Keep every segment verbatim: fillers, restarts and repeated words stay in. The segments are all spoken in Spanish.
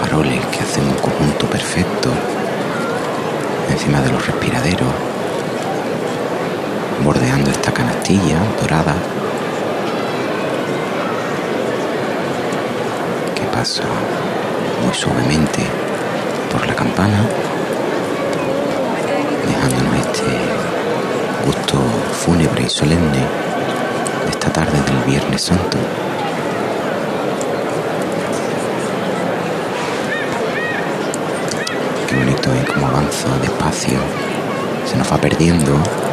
faroles que hacen un conjunto perfecto encima de los respiraderos, bordeando esta canastilla dorada que pasa muy suavemente por la campana, dejándonos este gusto fúnebre y solemne de esta tarde del Viernes Santo. Qué bonito es cómo avanza despacio, se nos va perdiendo,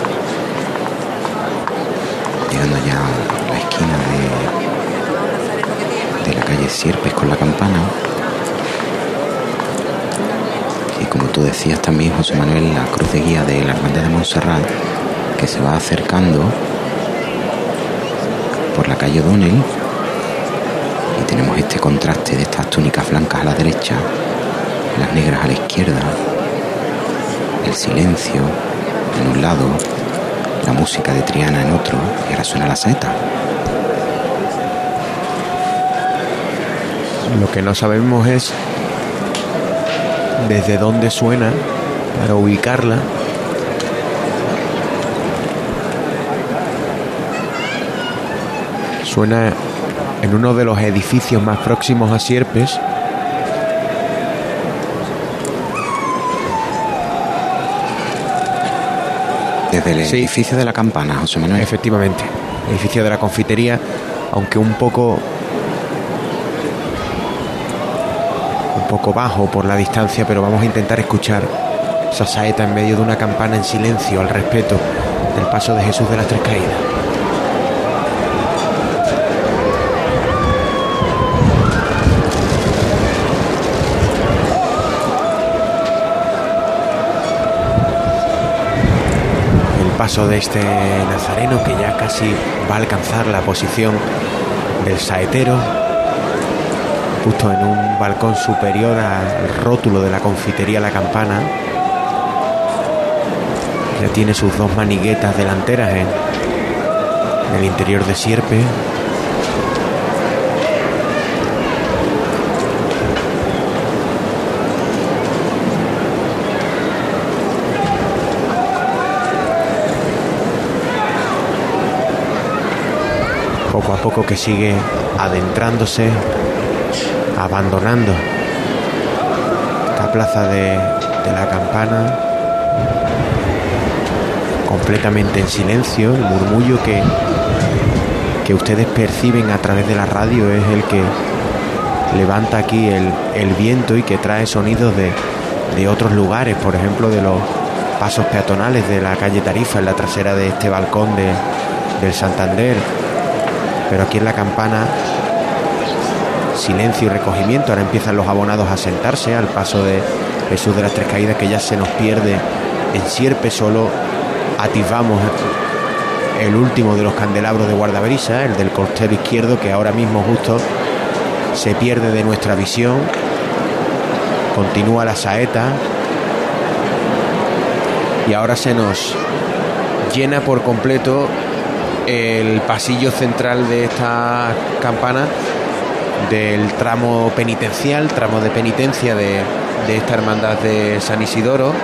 llegando ya a la esquina de, de la calle Sierpes con la campana. Y como tú decías también, José Manuel, la cruz de guía de la Hermandad de Montserrat, que se va acercando por la calle O'Donnell, y tenemos este contraste de estas túnicas blancas a la derecha, las negras a la izquierda, el silencio en un lado, la música de Triana en otro, y ahora suena la saeta. Lo que no sabemos es desde dónde suena para ubicarla. Suena en uno de los edificios más próximos a Sierpes. Desde el sí. edificio de la campana, José Manuel. Efectivamente, el edificio de la confitería, aunque un poco un poco bajo por la distancia, pero vamos a intentar escuchar esa saeta en medio de una campana en silencio al respeto del paso de Jesús de las Tres Caídas. Paso de este nazareno que ya casi va a alcanzar la posición del saetero, justo en un balcón superior al rótulo de la confitería La Campana. Ya tiene sus dos maniguetas delanteras en, en el interior de Sierpe. Poco a poco que sigue adentrándose, abandonando esta plaza de, de la Campana, completamente en silencio. El murmullo que, que ustedes perciben a través de la radio es el que levanta aquí el, el viento y que trae sonidos de, de otros lugares, por ejemplo de los pasos peatonales de la calle Tarifa, en la trasera de este balcón de, del Santander. Pero aquí en la Campana, silencio y recogimiento. Ahora empiezan los abonados a sentarse al paso de Jesús de las Tres Caídas, que ya se nos pierde en Sierpe. Solo atisbamos el último de los candelabros de guardabrisa, el del costero izquierdo, que ahora mismo justo se pierde de nuestra visión. Continúa la saeta y ahora se nos llena por completo el pasillo central de esta campana, del tramo penitencial, tramo de penitencia de, de esta hermandad de San Isidoro,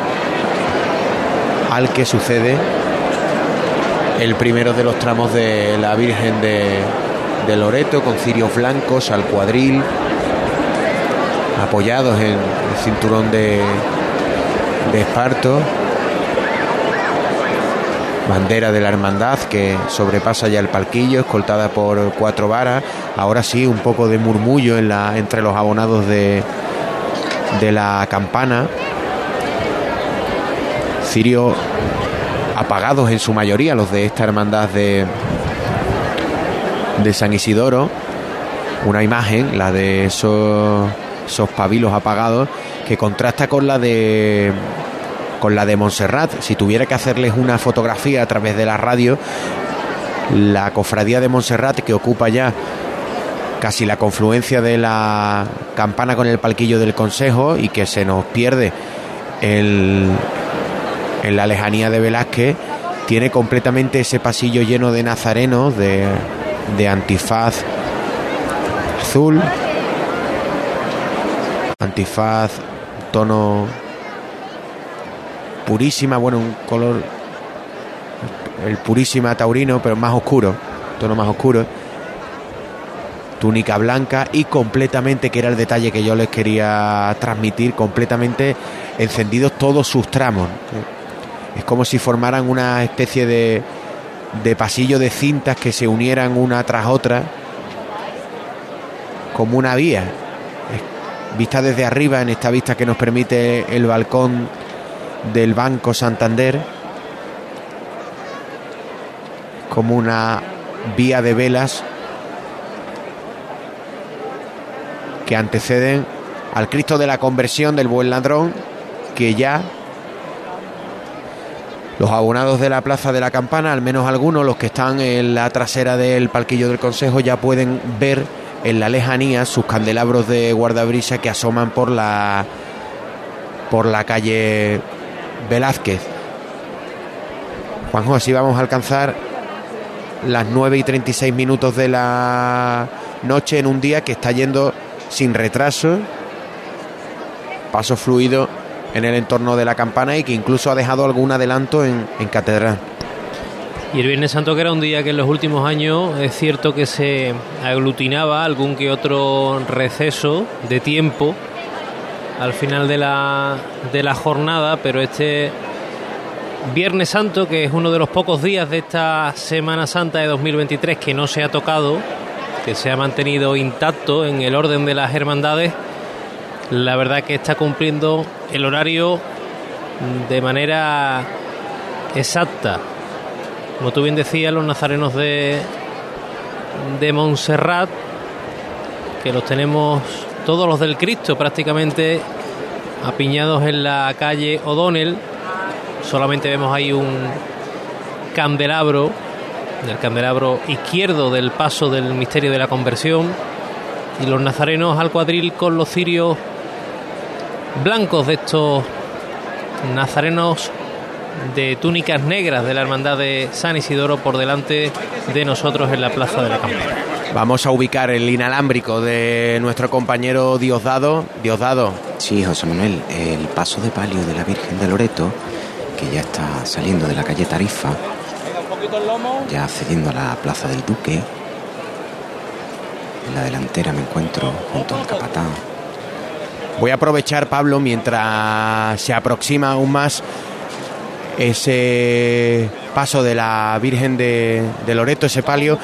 al que sucede el primero de los tramos de la Virgen de, de Loreto, con cirios blancos al cuadril, apoyados en el cinturón de, de esparto. Bandera de la hermandad que sobrepasa ya el palquillo, escoltada por cuatro varas. Ahora sí, un poco de murmullo en la, entre los abonados de, de la campana. Cirios apagados en su mayoría, los de esta hermandad de, de San Isidoro. Una imagen, la de esos, esos pabilos apagados, que contrasta con la de... con la de Montserrat. Si tuviera que hacerles una fotografía a través de la radio, la cofradía de Montserrat, que ocupa ya casi la confluencia de la campana con el palquillo del Consejo y que se nos pierde el, en la lejanía de Velázquez, tiene completamente ese pasillo lleno de nazarenos de, de antifaz azul, Antifaz, tono purísima, bueno, un color, el purísima taurino, pero más oscuro, tono más oscuro. Túnica blanca y completamente, que era el detalle que yo les quería transmitir, completamente encendidos todos sus tramos. Es como si formaran una especie de, de pasillo de cintas que se unieran una tras otra, como una vía. Vista desde arriba, en esta vista que nos permite el balcón del Banco Santander, como una vía de velas que anteceden al Cristo de la Conversión del Buen Ladrón, que ya los abonados de la Plaza de la Campana, al menos algunos, los que están en la trasera del palquillo del Consejo, ya pueden ver en la lejanía sus candelabros de guardabrisa que asoman por la por la calle Velázquez. Juanjo, así vamos a alcanzar las nueve y treinta y seis minutos de la noche en un día que está yendo sin retraso, paso fluido en el entorno de la Campana y que incluso ha dejado algún adelanto en, en Catedral. Y el Viernes Santo, que era un día que en los últimos años es cierto que se aglutinaba algún que otro receso de tiempo al final de la, de la jornada, pero este Viernes Santo, que es uno de los pocos días de esta Semana Santa de dos mil veintitrés que no se ha tocado, que se ha mantenido intacto en el orden de las hermandades, la verdad que está cumpliendo el horario de manera exacta. Como tú bien decías, los nazarenos de, de Montserrat, que los tenemos todos los del Cristo prácticamente apiñados en la calle O'Donnell. Solamente vemos ahí un candelabro, el candelabro izquierdo del paso del misterio de la conversión, y los nazarenos al cuadril con los cirios blancos de estos nazarenos de túnicas negras de la hermandad de San Isidoro por delante de nosotros en la Plaza de la Campana. Vamos a ubicar el inalámbrico de nuestro compañero Diosdado. Diosdado. Sí, José Manuel, el paso de palio de la Virgen de Loreto, que ya está saliendo de la calle Tarifa, ya accediendo a la Plaza del Duque. En la delantera me encuentro junto al capataz. Voy a aprovechar, Pablo, mientras se aproxima aún más ese paso de la Virgen de, de Loreto, ese palio,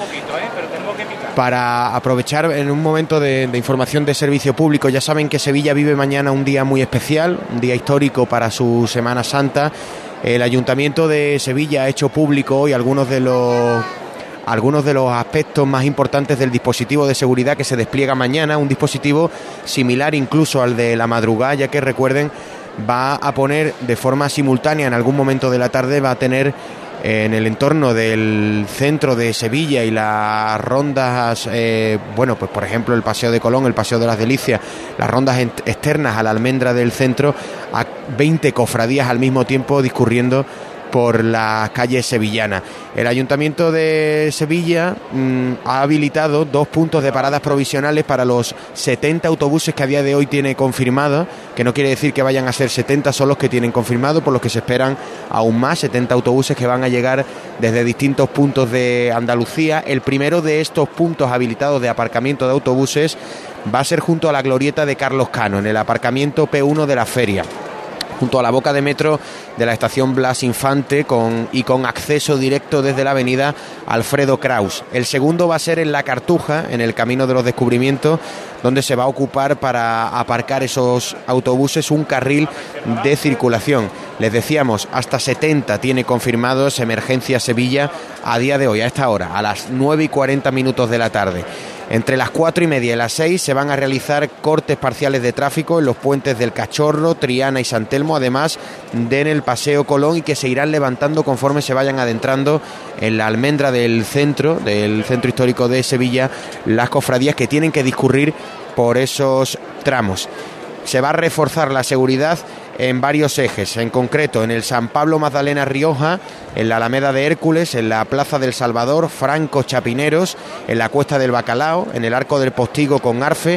para aprovechar en un momento de, de información de servicio público. Ya saben que Sevilla vive mañana un día muy especial, un día histórico para su Semana Santa. El Ayuntamiento de Sevilla ha hecho público hoy algunos de los algunos de los aspectos más importantes del dispositivo de seguridad que se despliega mañana, un dispositivo similar incluso al de la madrugada, ya que recuerden, va a poner de forma simultánea en algún momento de la tarde, va a tener en el entorno del centro de Sevilla y las rondas, eh, bueno, pues por ejemplo el Paseo de Colón, el Paseo de las Delicias, las rondas externas a la almendra del centro, a veinte cofradías al mismo tiempo discurriendo por las calles sevillanas. El Ayuntamiento de Sevilla mmm, ha habilitado dos puntos de paradas provisionales para los setenta autobuses que a día de hoy tiene confirmado, que no quiere decir que vayan a ser setenta, son los que tienen confirmado, por los que se esperan aún más, setenta autobuses que van a llegar desde distintos puntos de Andalucía. El primero de estos puntos habilitados de aparcamiento de autobuses va a ser junto a la glorieta de Carlos Cano, en el aparcamiento P uno de la Feria, junto a la boca de metro de la estación Blas Infante con, y con acceso directo desde la avenida Alfredo Kraus. El segundo va a ser en La Cartuja, en el Camino de los Descubrimientos, donde se va a ocupar para aparcar esos autobuses un carril de circulación. Les decíamos, hasta setenta tiene confirmados Emergencia Sevilla a día de hoy, a esta hora, a las nueve y cuarenta minutos de la tarde. Entre las cuatro y media y las seis se van a realizar cortes parciales de tráfico en los puentes del Cachorro, Triana y San Telmo, además de en el Paseo Colón, y que se irán levantando conforme se vayan adentrando en la almendra del centro, del centro histórico de Sevilla, las cofradías que tienen que discurrir por esos tramos. Se va a reforzar la seguridad en varios ejes, en concreto en el San Pablo Magdalena Rioja, en la Alameda de Hércules, en la Plaza del Salvador, Franco Chapineros, en la Cuesta del Bacalao, en el Arco del Postigo con Arfe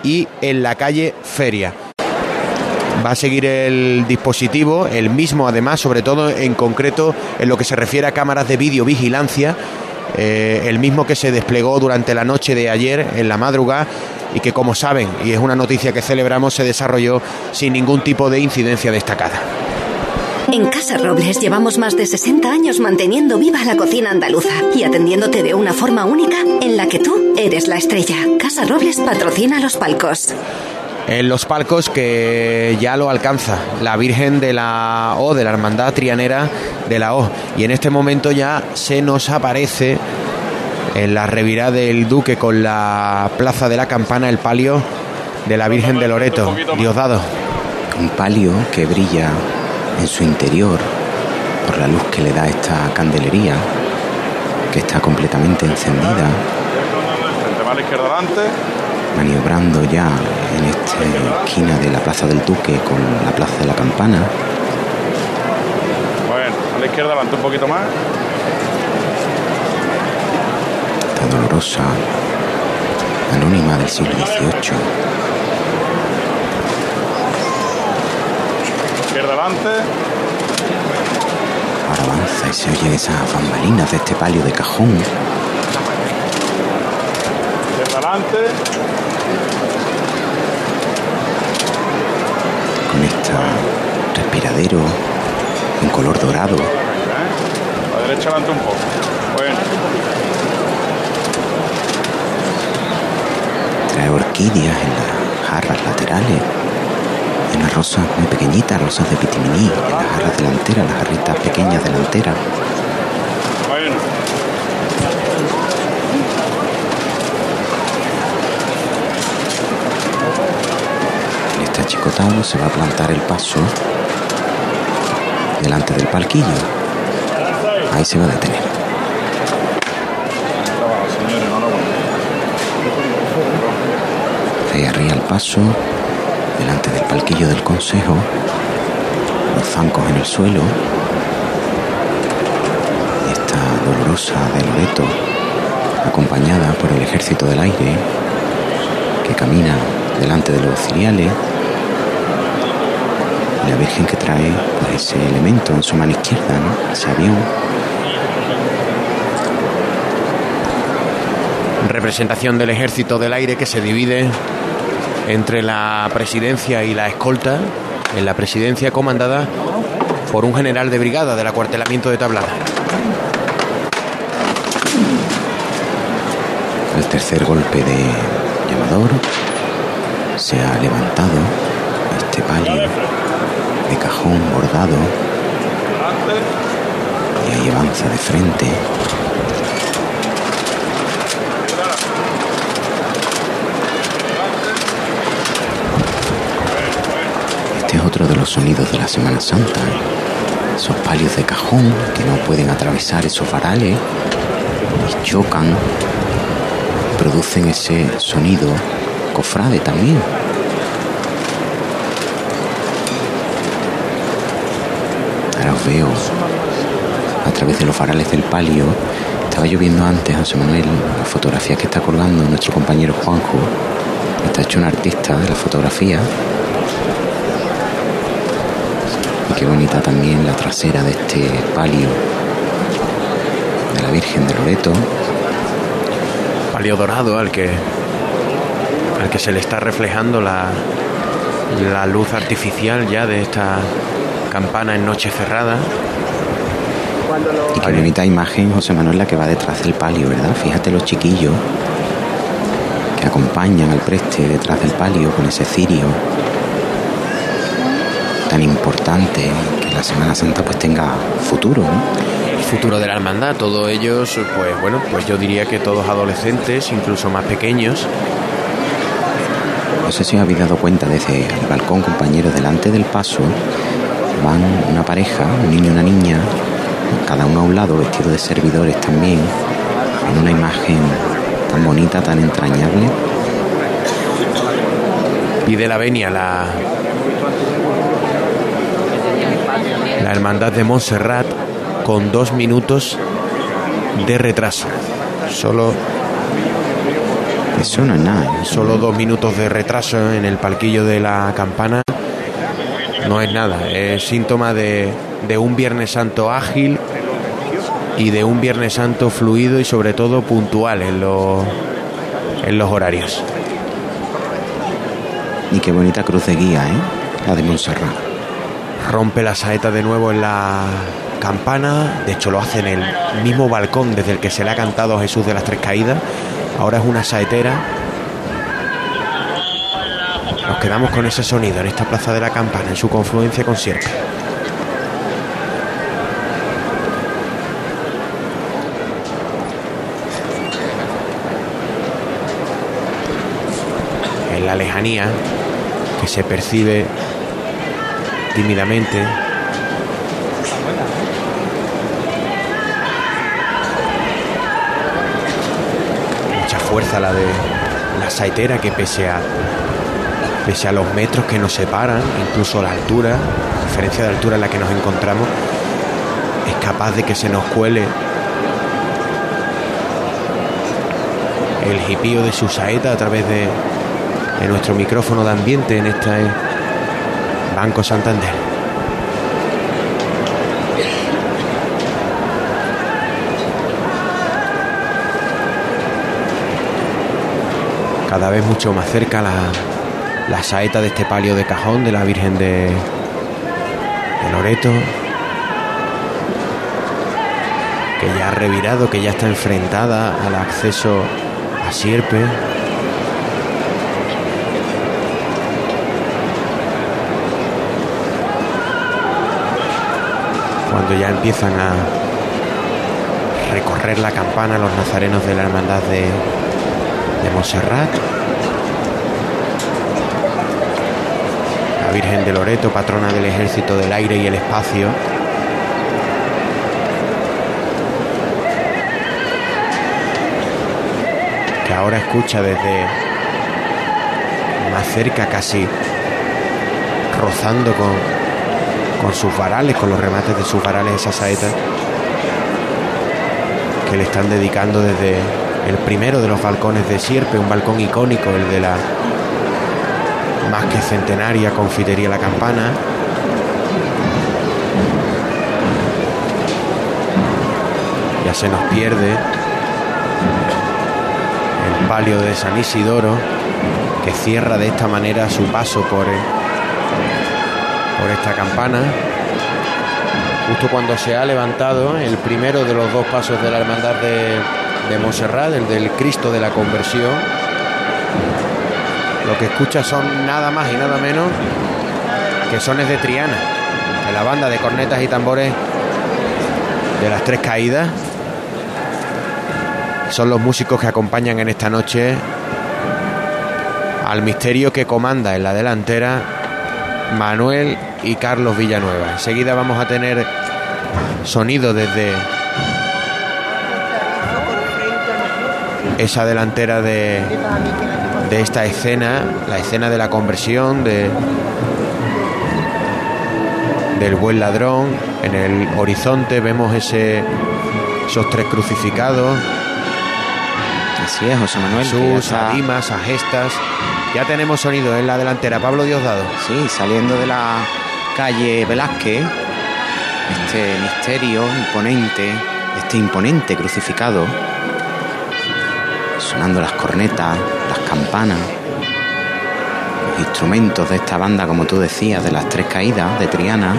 y en la calle Feria. Va a seguir el dispositivo, el mismo además, sobre todo en concreto en lo que se refiere a cámaras de videovigilancia, eh, el mismo que se desplegó durante la noche de ayer en la madrugada y que, como saben, y es una noticia que celebramos, se desarrolló sin ningún tipo de incidencia destacada. En Casa Robles llevamos más de sesenta años manteniendo viva la cocina andaluza y atendiéndote de una forma única en la que tú eres la estrella. Casa Robles patrocina los palcos. En los palcos que ya lo alcanza la Virgen de la O, de la Hermandad Trianera de la O, y en este momento ya se nos aparece en la revirada del Duque con la Plaza de la Campana el palio de la Virgen de Loreto, Diosdado. Un palio que brilla en su interior por la luz que le da esta candelería, que está completamente encendida, maniobrando ya en esta esquina de la Plaza del Duque con la Plaza de la Campana. Bueno, a la izquierda adelante un poquito más. Esta dolorosa anónima del siglo dieciocho. Izquierda adelante. Ahora avanza y se oyen esas bambalinas de este palio de cajón. Izquierda adelante. Con este respiradero en color dorado. A la derecha adelante un poco. Bueno. Trae orquídeas en las jarras laterales, en las rosas muy pequeñitas, rosas de pitiminí, en las jarras delanteras, las jarritas pequeñas delanteras. Bueno. En este achicotado se va a plantar el paso delante del palquillo. Ahí se va a detener. Ahí arriba el paso, delante del palquillo del Consejo, los zancos en el suelo, y esta dolorosa de Loreto, acompañada por el Ejército del Aire, que camina delante de los ciriales, y la Virgen que trae pues, ese elemento en su mano izquierda, ¿no? Ese avión. Representación del Ejército del Aire que se divide entre la presidencia y la escolta. En la presidencia comandada por un general de brigada del acuartelamiento de Tablada. El tercer golpe de llamador se ha levantado este palio de cajón bordado y ahí avanza de frente. Este es otro de los sonidos de la Semana Santa, ¿eh? Esos palios de cajón que no pueden atravesar esos varales y chocan, producen ese sonido cofrade también. Ahora os veo a través de los varales del palio. Estaba lloviendo antes, José Manuel, la fotografía que está colgando nuestro compañero Juanjo. Está hecho un artista de la fotografía. Y qué bonita también la trasera de este palio de la Virgen de Loreto. Palio dorado al que al que se le está reflejando la, la luz artificial ya de esta campana en noche cerrada. Y qué bonita imagen, José Manuel, la que va detrás del palio, ¿verdad? Fíjate los chiquillos que acompañan al preste detrás del palio con ese cirio tan importante, que la Semana Santa pues tenga futuro, ¿no? El futuro de la hermandad, todos ellos, pues bueno, pues yo diría que todos adolescentes, incluso más pequeños. No sé si os habéis dado cuenta, desde el balcón, compañeros, delante del paso van una pareja, un niño y una niña, cada uno a un lado, vestido de servidores también, en una imagen tan bonita, tan entrañable. Pide la venia la la hermandad de Montserrat con dos minutos de retraso. Solo Eso no es nada. ¿eh? Solo dos minutos de retraso en el palquillo de la campana no es nada. Es síntoma de, de un Viernes Santo ágil y de un Viernes Santo fluido y sobre todo puntual en los, en los horarios. Y qué bonita cruz de guía, ¿eh? La de Montserrat. Rompe la saeta de nuevo en la campana. De hecho lo hace en el mismo balcón desde el que se le ha cantado a Jesús de las Tres Caídas. Ahora es una saetera. Nos quedamos con ese sonido en esta plaza de la campana, en su confluencia con Sierpe. En la lejanía, que se percibe tímidamente, mucha fuerza la de la saetera, que pese a pese a los metros que nos separan, incluso la altura, la diferencia de altura en la que nos encontramos, es capaz de que se nos cuele el jipío de su saeta a través de, de nuestro micrófono de ambiente en este Banco Santander. Cada vez mucho más cerca la, la saeta de este palio de cajón de la Virgen de, de Loreto, que ya ha revirado, que ya está enfrentada al acceso a Sierpe. Cuando ya empiezan a recorrer la campana los nazarenos de la Hermandad de, de Montserrat, la Virgen de Loreto, patrona del ejército del aire y el espacio, que ahora escucha desde más cerca, casi rozando con con sus varales, con los remates de sus varales, esa saeta que le están dedicando desde el primero de los balcones de Sierpe, un balcón icónico, el de la más que centenaria confitería La Campana. Ya se nos pierde el palio de San Isidoro, que cierra de esta manera su paso por el por esta campana, justo cuando se ha levantado el primero de los dos pasos de la Hermandad de, de Montserrat, el del Cristo de la Conversión. Lo que escucha son nada más y nada menos que sones de Triana, de la banda de cornetas y tambores de las Tres Caídas. Son los músicos que acompañan en esta noche al misterio que comanda en la delantera Manuel y Carlos Villanueva. Enseguida vamos a tener sonido desde esa delantera de, de esta escena, la escena de la conversión de, del Buen Ladrón. En el horizonte vemos ese, esos tres crucificados. Así es, José Manuel. Sus arimas, a gestas. Ya tenemos sonido en la delantera. Pablo Diosdado. Sí, saliendo de la calle Velázquez, este misterio imponente, este imponente crucificado, sonando las cornetas, las campanas, los instrumentos de esta banda, como tú decías, de las Tres Caídas de Triana,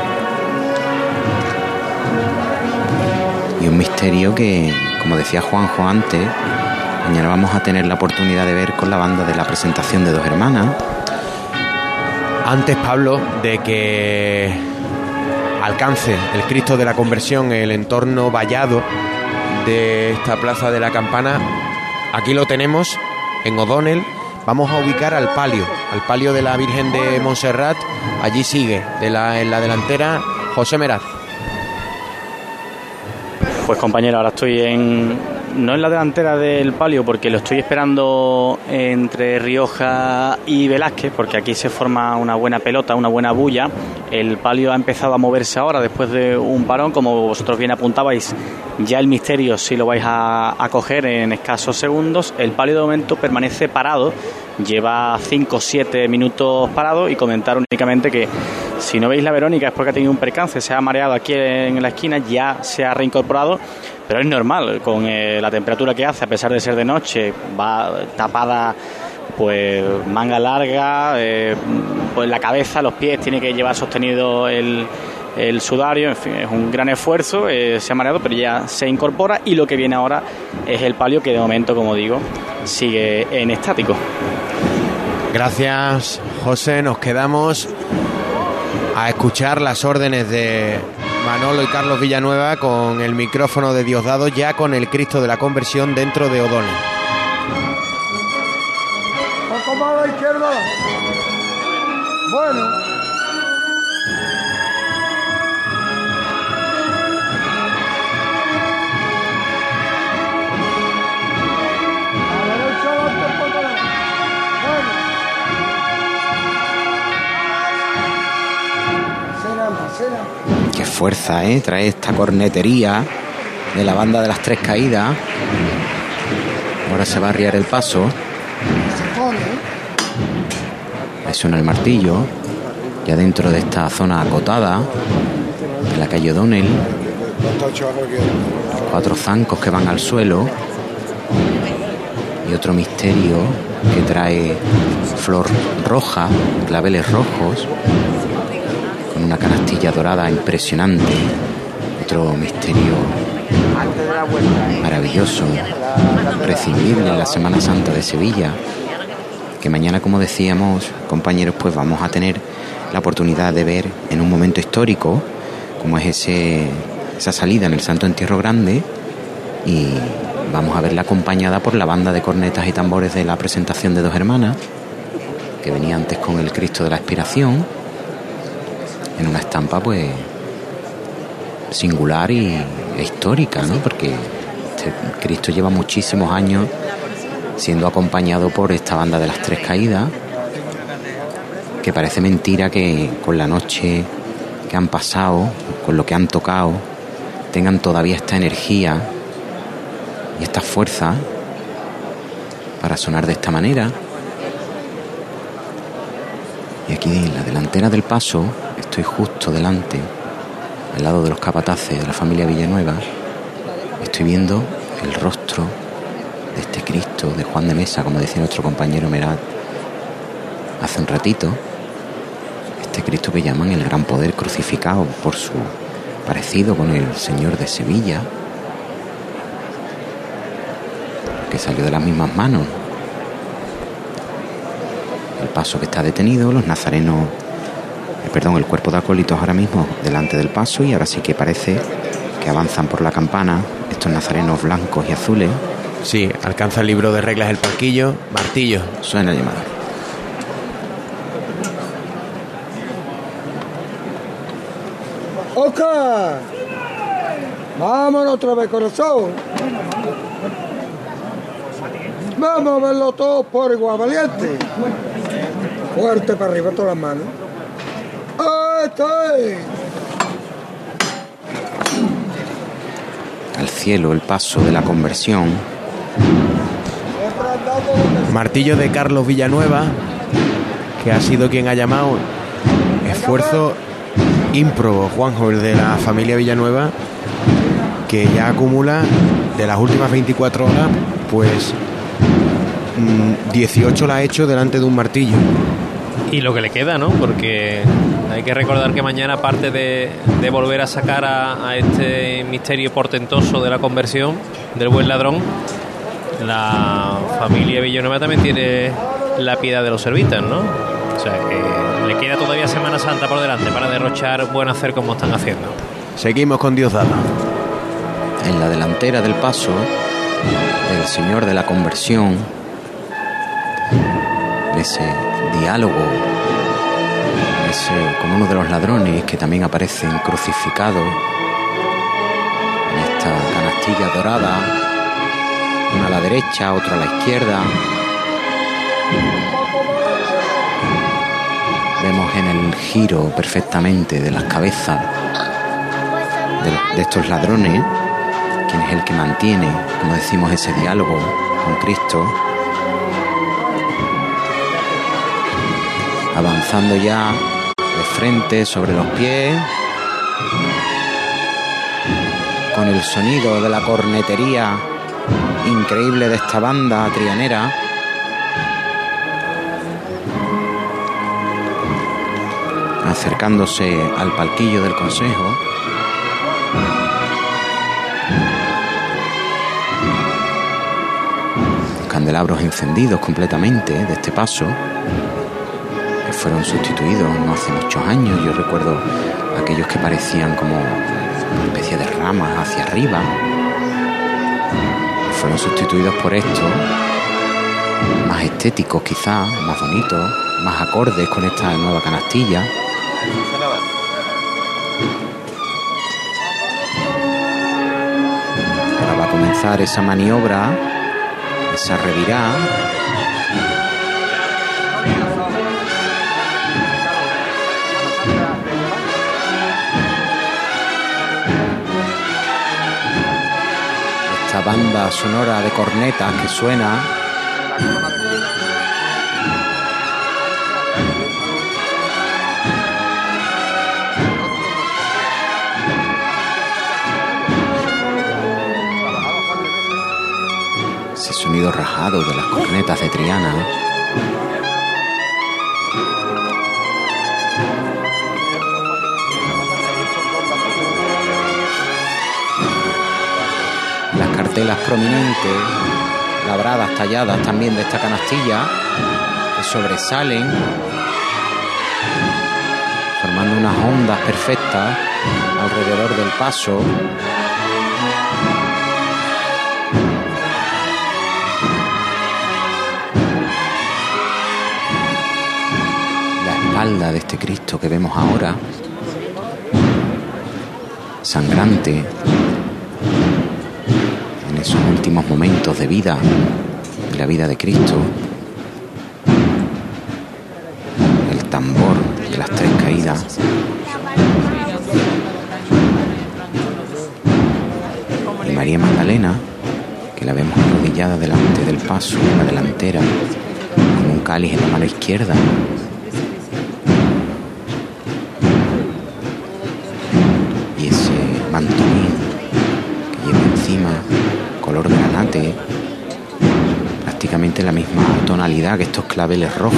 y un misterio que, como decía Juanjo antes, mañana vamos a tener la oportunidad de ver con la banda de la presentación de Dos Hermanas. Antes, Pablo, de que alcance el Cristo de la Conversión el entorno vallado de esta plaza de la Campana, aquí lo tenemos en O'Donnell. Vamos a ubicar al palio, al palio de la Virgen de Montserrat. Allí sigue, de la, en la delantera, José Meraz. Pues compañero, ahora estoy en, no en la delantera del palio, porque lo estoy esperando entre Rioja y Velázquez, porque aquí se forma una buena pelota, una buena bulla. El palio ha empezado a moverse ahora después de un parón, como vosotros bien apuntabais. Ya el misterio sí lo vais a, a coger en escasos segundos. El palio de momento permanece parado, lleva cinco o siete minutos parado, y comentar únicamente que si no veis la Verónica es porque ha tenido un percance, se ha mareado aquí en la esquina, ya se ha reincorporado, pero es normal con eh, la temperatura que hace, a pesar de ser de noche, va tapada, pues manga larga, eh, pues la cabeza, los pies, tiene que llevar sostenido el, el sudario, en fin, es un gran esfuerzo, eh, se ha mareado, pero ya se incorpora, y lo que viene ahora es el palio, que de momento, como digo, sigue en estático. Gracias, José. Nos quedamos a escuchar las órdenes de Manolo y Carlos Villanueva con el micrófono de Diosdado, ya con el Cristo de la Conversión dentro de O'Donnell. Un poco más a la izquierda. Bueno. A la derecha, adelante, un poco más. Bueno. Qué fuerza, ¿eh? Trae esta cornetería de la banda de las Tres Caídas. Ahora se va a arriar el paso. Le suena el martillo. Ya dentro de esta zona acotada de la calle O'Donnell. Cuatro zancos que van al suelo. Y otro misterio que trae flor roja, claveles rojos, con una canastilla dorada impresionante. Otro misterio maravilloso, imprescindible en la Semana Santa de Sevilla, que mañana, como decíamos, compañeros, pues vamos a tener la oportunidad de ver en un momento histórico, como es ese esa salida en el Santo Entierro Grande, y vamos a verla acompañada por la banda de cornetas y tambores de la presentación de Dos Hermanas, que venía antes con el Cristo de la Expiración, en una estampa pues singular y e histórica, ¿no? Porque este Cristo lleva muchísimos años siendo acompañado por esta banda de las Tres Caídas, que parece mentira que con la noche que han pasado, con lo que han tocado, tengan todavía esta energía y esta fuerza para sonar de esta manera. Y aquí en la delantera del paso estoy justo delante, al lado de los capataces de la familia Villanueva. Estoy viendo el rostro de este Cristo de Juan de Mesa, como decía nuestro compañero Merat hace un ratito. Este Cristo que llaman el Gran Poder, crucificado por su parecido con el Señor de Sevilla, que salió de las mismas manos. El paso que está detenido, los nazarenos, eh, perdón, el cuerpo de acólitos ahora mismo delante del paso, y ahora sí que parece que avanzan por la campana estos nazarenos blancos y azules. Sí, alcanza el libro de reglas el palquillo. Martillo. Suena el llamador. ¡Oscar! Vámonos otra vez, corazón. Vamos a verlo todo por igual, valiente. Fuerte para arriba, todas las manos. ¡Ahí está! Al cielo el paso de la conversión. Martillo de Carlos Villanueva, que ha sido quien ha llamado esfuerzo ímprobo, Juanjo, el de la familia Villanueva, que ya acumula de las últimas veinticuatro horas, pues dieciocho la ha hecho delante de un martillo. Y lo que le queda, ¿no? Porque hay que recordar que mañana, aparte de, de volver a sacar a, a este misterio portentoso de la conversión del buen ladrón, la familia Villanueva también tiene la piedad de los servitas, ¿no? O sea que le queda todavía Semana Santa por delante para derrochar buen hacer como están haciendo. Seguimos con Diosdado. En la delantera del paso del Señor de la Conversión, ese diálogo ese, con uno de los ladrones que también aparecen crucificados en esta canastilla dorada, Una a la derecha, otro a la izquierda. Vemos en el giro perfectamente de las cabezas de, de estos ladrones quién es el que mantiene, como decimos, ese diálogo con Cristo. Avanzando ya de frente sobre los pies, con el sonido de la cornetería increíble de esta banda trianera. Acercándose al palquillo del consejo. Candelabros encendidos completamente de este paso, que fueron sustituidos no hace muchos años. Yo recuerdo aquellos que parecían como una especie de ramas hacia arriba. Fueron sustituidos por estos, más estéticos quizás, más bonitos, más acordes con esta nueva canastilla. Ahora va a comenzar esa maniobra, esa revirada. Esta banda sonora de cornetas que suena. Ese sonido rajado de las cornetas de Triana. Las cartelas prominentes, labradas, talladas también de esta canastilla, que sobresalen, formando unas ondas perfectas alrededor del paso. De este Cristo que vemos ahora, sangrante, en esos últimos momentos de vida, de la vida de Cristo. El tambor de las tres caídas. Y María Magdalena, que la vemos arrodillada delante del paso, en la delantera, con un cáliz en la mano izquierda. Mantolín que lleva encima, color granate, prácticamente la misma tonalidad que estos claveles rojos.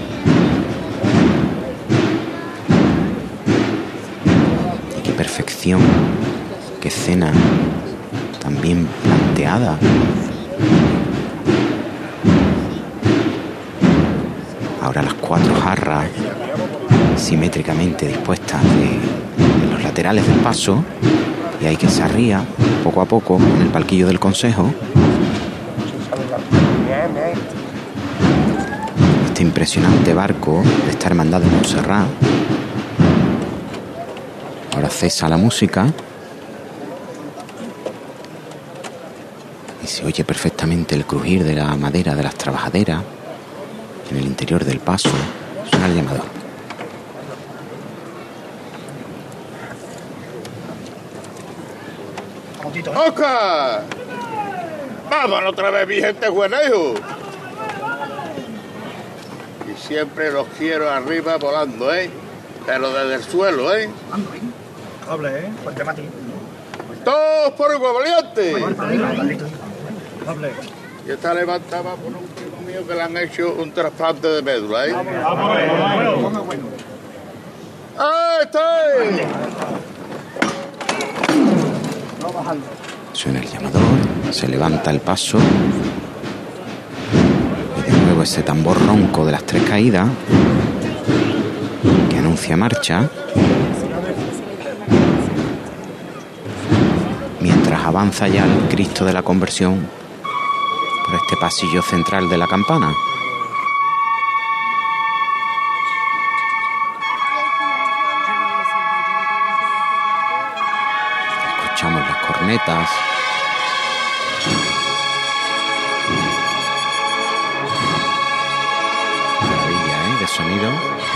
Y qué perfección, qué escena tan bien planteada. Ahora las cuatro jarras simétricamente dispuestas de, en los laterales del paso. Y hay que se arría poco a poco en el palquillo del consejo. Este impresionante barco de esta hermandad de Montserrat. Ahora cesa la música y se oye perfectamente el crujir de la madera de las trabajaderas en el interior del paso. Suena el llamador. ¡Oscar! ¡Vámonos otra vez, mi gente buena, hijo! Y siempre los quiero arriba volando, ¿eh? Pero desde el suelo, ¿eh? Doble, ¿eh? Fuerte Mati. ¡Todos por igual, valiente! Doble. Y está levantada por un primo mío que le han hecho un trasplante de médula, ¿eh? Bueno, bueno. ¡Ah, está ahí! Suena el llamador, se levanta el paso y de nuevo ese tambor ronco de las tres caídas que anuncia marcha, mientras avanza ya el Cristo de la Conversión por este pasillo central de la campana. Escuchamos las cornetas, sonido.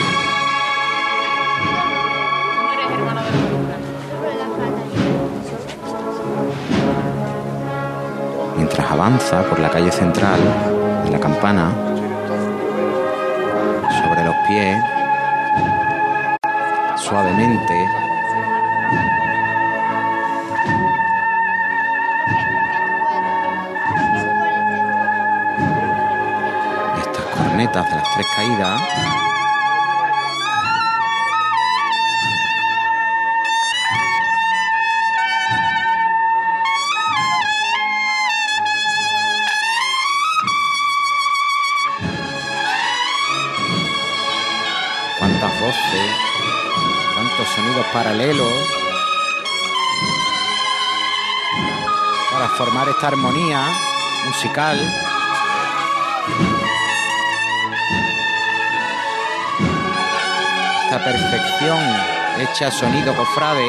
Mientras avanza por la calle central de la Campana, sobre los pies, suavemente, estas cornetas de las tres caídas cuántos sonidos paralelos para formar esta armonía musical. Esta perfección hecha sonido cofrade.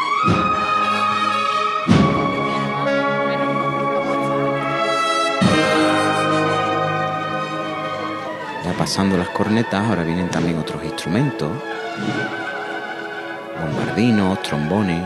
Pasando las cornetas, ahora vienen también otros instrumentos, bombardinos, trombones.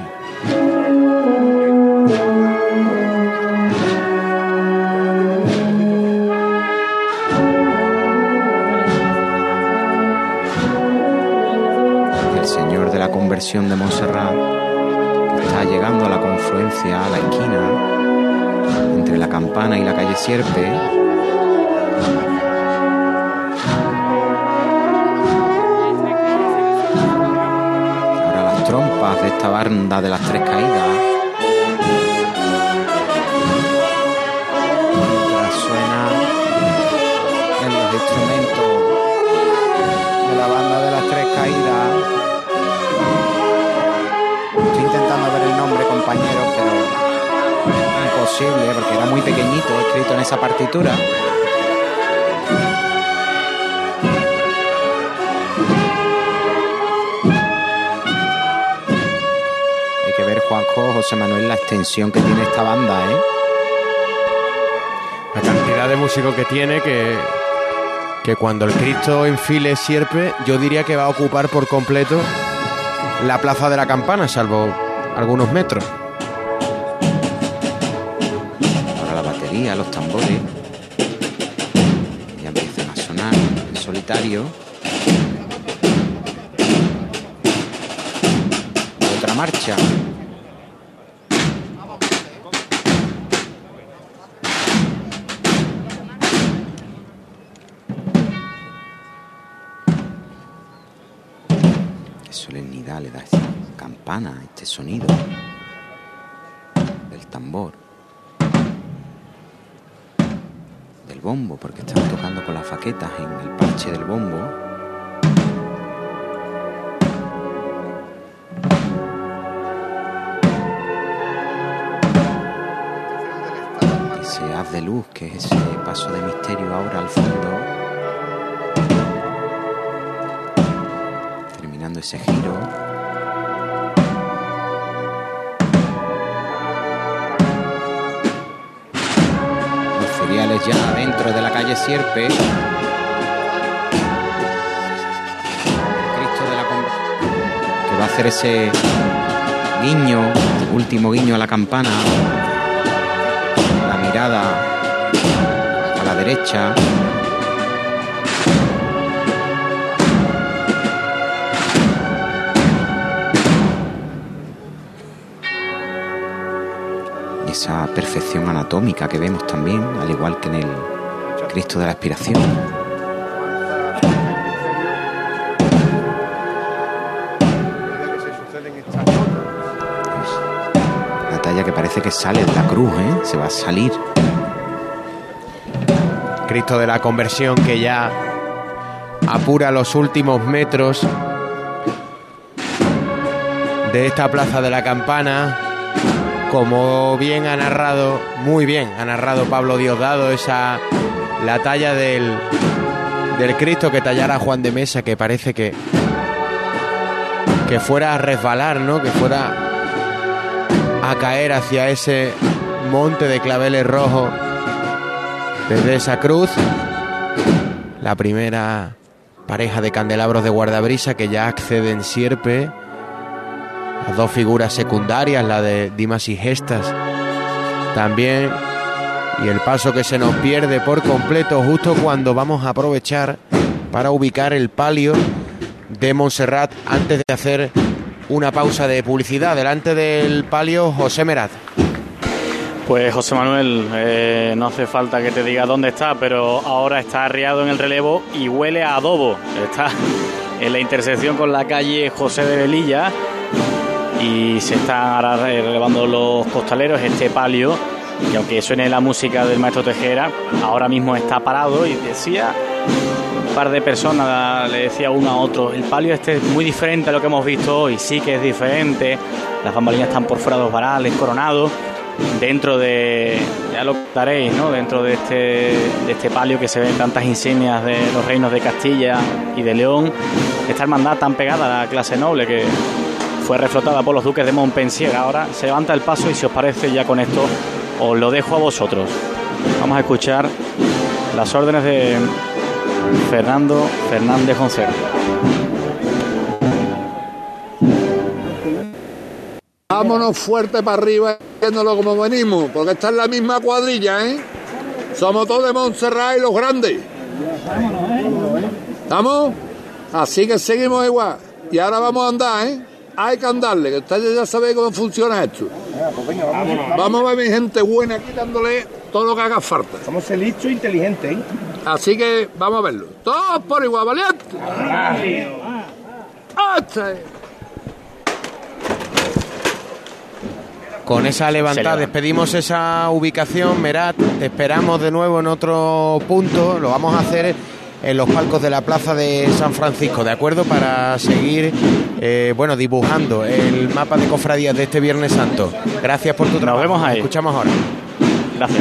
El Señor de la Conversión de Montserrat, que está llegando a la confluencia, a la esquina entre la Campana y la calle Sierpe. Trompas de esta banda de las tres caídas. Mientras suena en los instrumentos de la banda de las tres caídas. Estoy intentando ver el nombre, compañeros, pero es imposible porque era muy pequeñito escrito en esa partitura. Juanjo, José Manuel, la extensión que tiene esta banda, ¿eh? La cantidad de músicos que tiene, que, que cuando el Cristo enfile Sierpe, yo diría que va a ocupar por completo la plaza de la Campana, salvo algunos metros. Ahora la batería, los tambores, ya empiezan a sonar en solitario. Otra marcha. Solemnidad le da esta campana, este sonido del tambor, del bombo, porque están tocando con las faquetas en el parche del bombo. Ese haz de luz, que es ese paso de misterio ahora al fondo. Ese giro. Los feriales ya dentro de la calle Sierpe. El Cristo de la Conversión, que va a hacer ese guiño, último guiño a la campana. La mirada a la derecha. Esa perfección anatómica que vemos también, al igual que en el Cristo de la Expiración. Una talla que parece que sale de la cruz, ¿eh? Se va a salir. Cristo de la Conversión, que ya apura los últimos metros de esta plaza de la Campana. Como bien ha narrado, muy bien ha narrado Pablo Diosdado, esa la talla del, del Cristo que tallara Juan de Mesa, que parece que, que fuera a resbalar, ¿no? Que fuera a caer hacia ese monte de claveles rojos desde esa cruz. La primera pareja de candelabros de guardabrisa que ya acceden sierpe, las dos figuras secundarias, la de Dimas y Gestas también, y el paso que se nos pierde por completo justo cuando vamos a aprovechar para ubicar el palio de Montserrat antes de hacer una pausa de publicidad. Delante del palio, José Merat. Pues José Manuel, eh, no hace falta que te diga dónde está, pero ahora está arriado en el relevo y huele a adobo. Está en la intersección con la calle José de Velilla y se están ahora relevando los costaleros. Este palio, que aunque suene la música del maestro Tejera, ahora mismo está parado, y decía un par de personas, le decía uno a otro, el palio este es muy diferente a lo que hemos visto hoy. Sí que es diferente, las bambalinas están por fuera de los varales, coronados, dentro de, ya lo daréis, ¿no?, dentro de este, de este palio que se ven tantas insignias de los reinos de Castilla y de León, esta hermandad tan pegada a la clase noble que fue reflotada por los duques de Montpensier. Ahora se levanta el paso y, si os parece, ya con esto os lo dejo a vosotros. Vamos a escuchar las órdenes de Fernando Fernández Joncero. Vámonos fuerte para arriba, viéndolo como venimos, porque esta es la misma cuadrilla, ¿eh? Somos todos de Montserrat y los grandes. ¿Estamos? Así que seguimos igual. Y ahora vamos a andar, ¿eh? Hay que andarle, que ustedes ya saben cómo funciona esto. Vamos a ver mi gente buena aquí dándole todo lo que haga falta. Somos listos e inteligentes, ¿eh? Así que vamos a verlo. Todos por igual, valiente. ¡Hasta! Con esa levantada despedimos esa ubicación. Merat, te esperamos de nuevo en otro punto. Lo vamos a hacer en los palcos de la plaza de San Francisco, ¿de acuerdo? Para seguir, eh, bueno, dibujando el mapa de cofradías de este Viernes Santo. Gracias por tu trabajo. Nos vemos ahí. Escuchamos ahora. Gracias.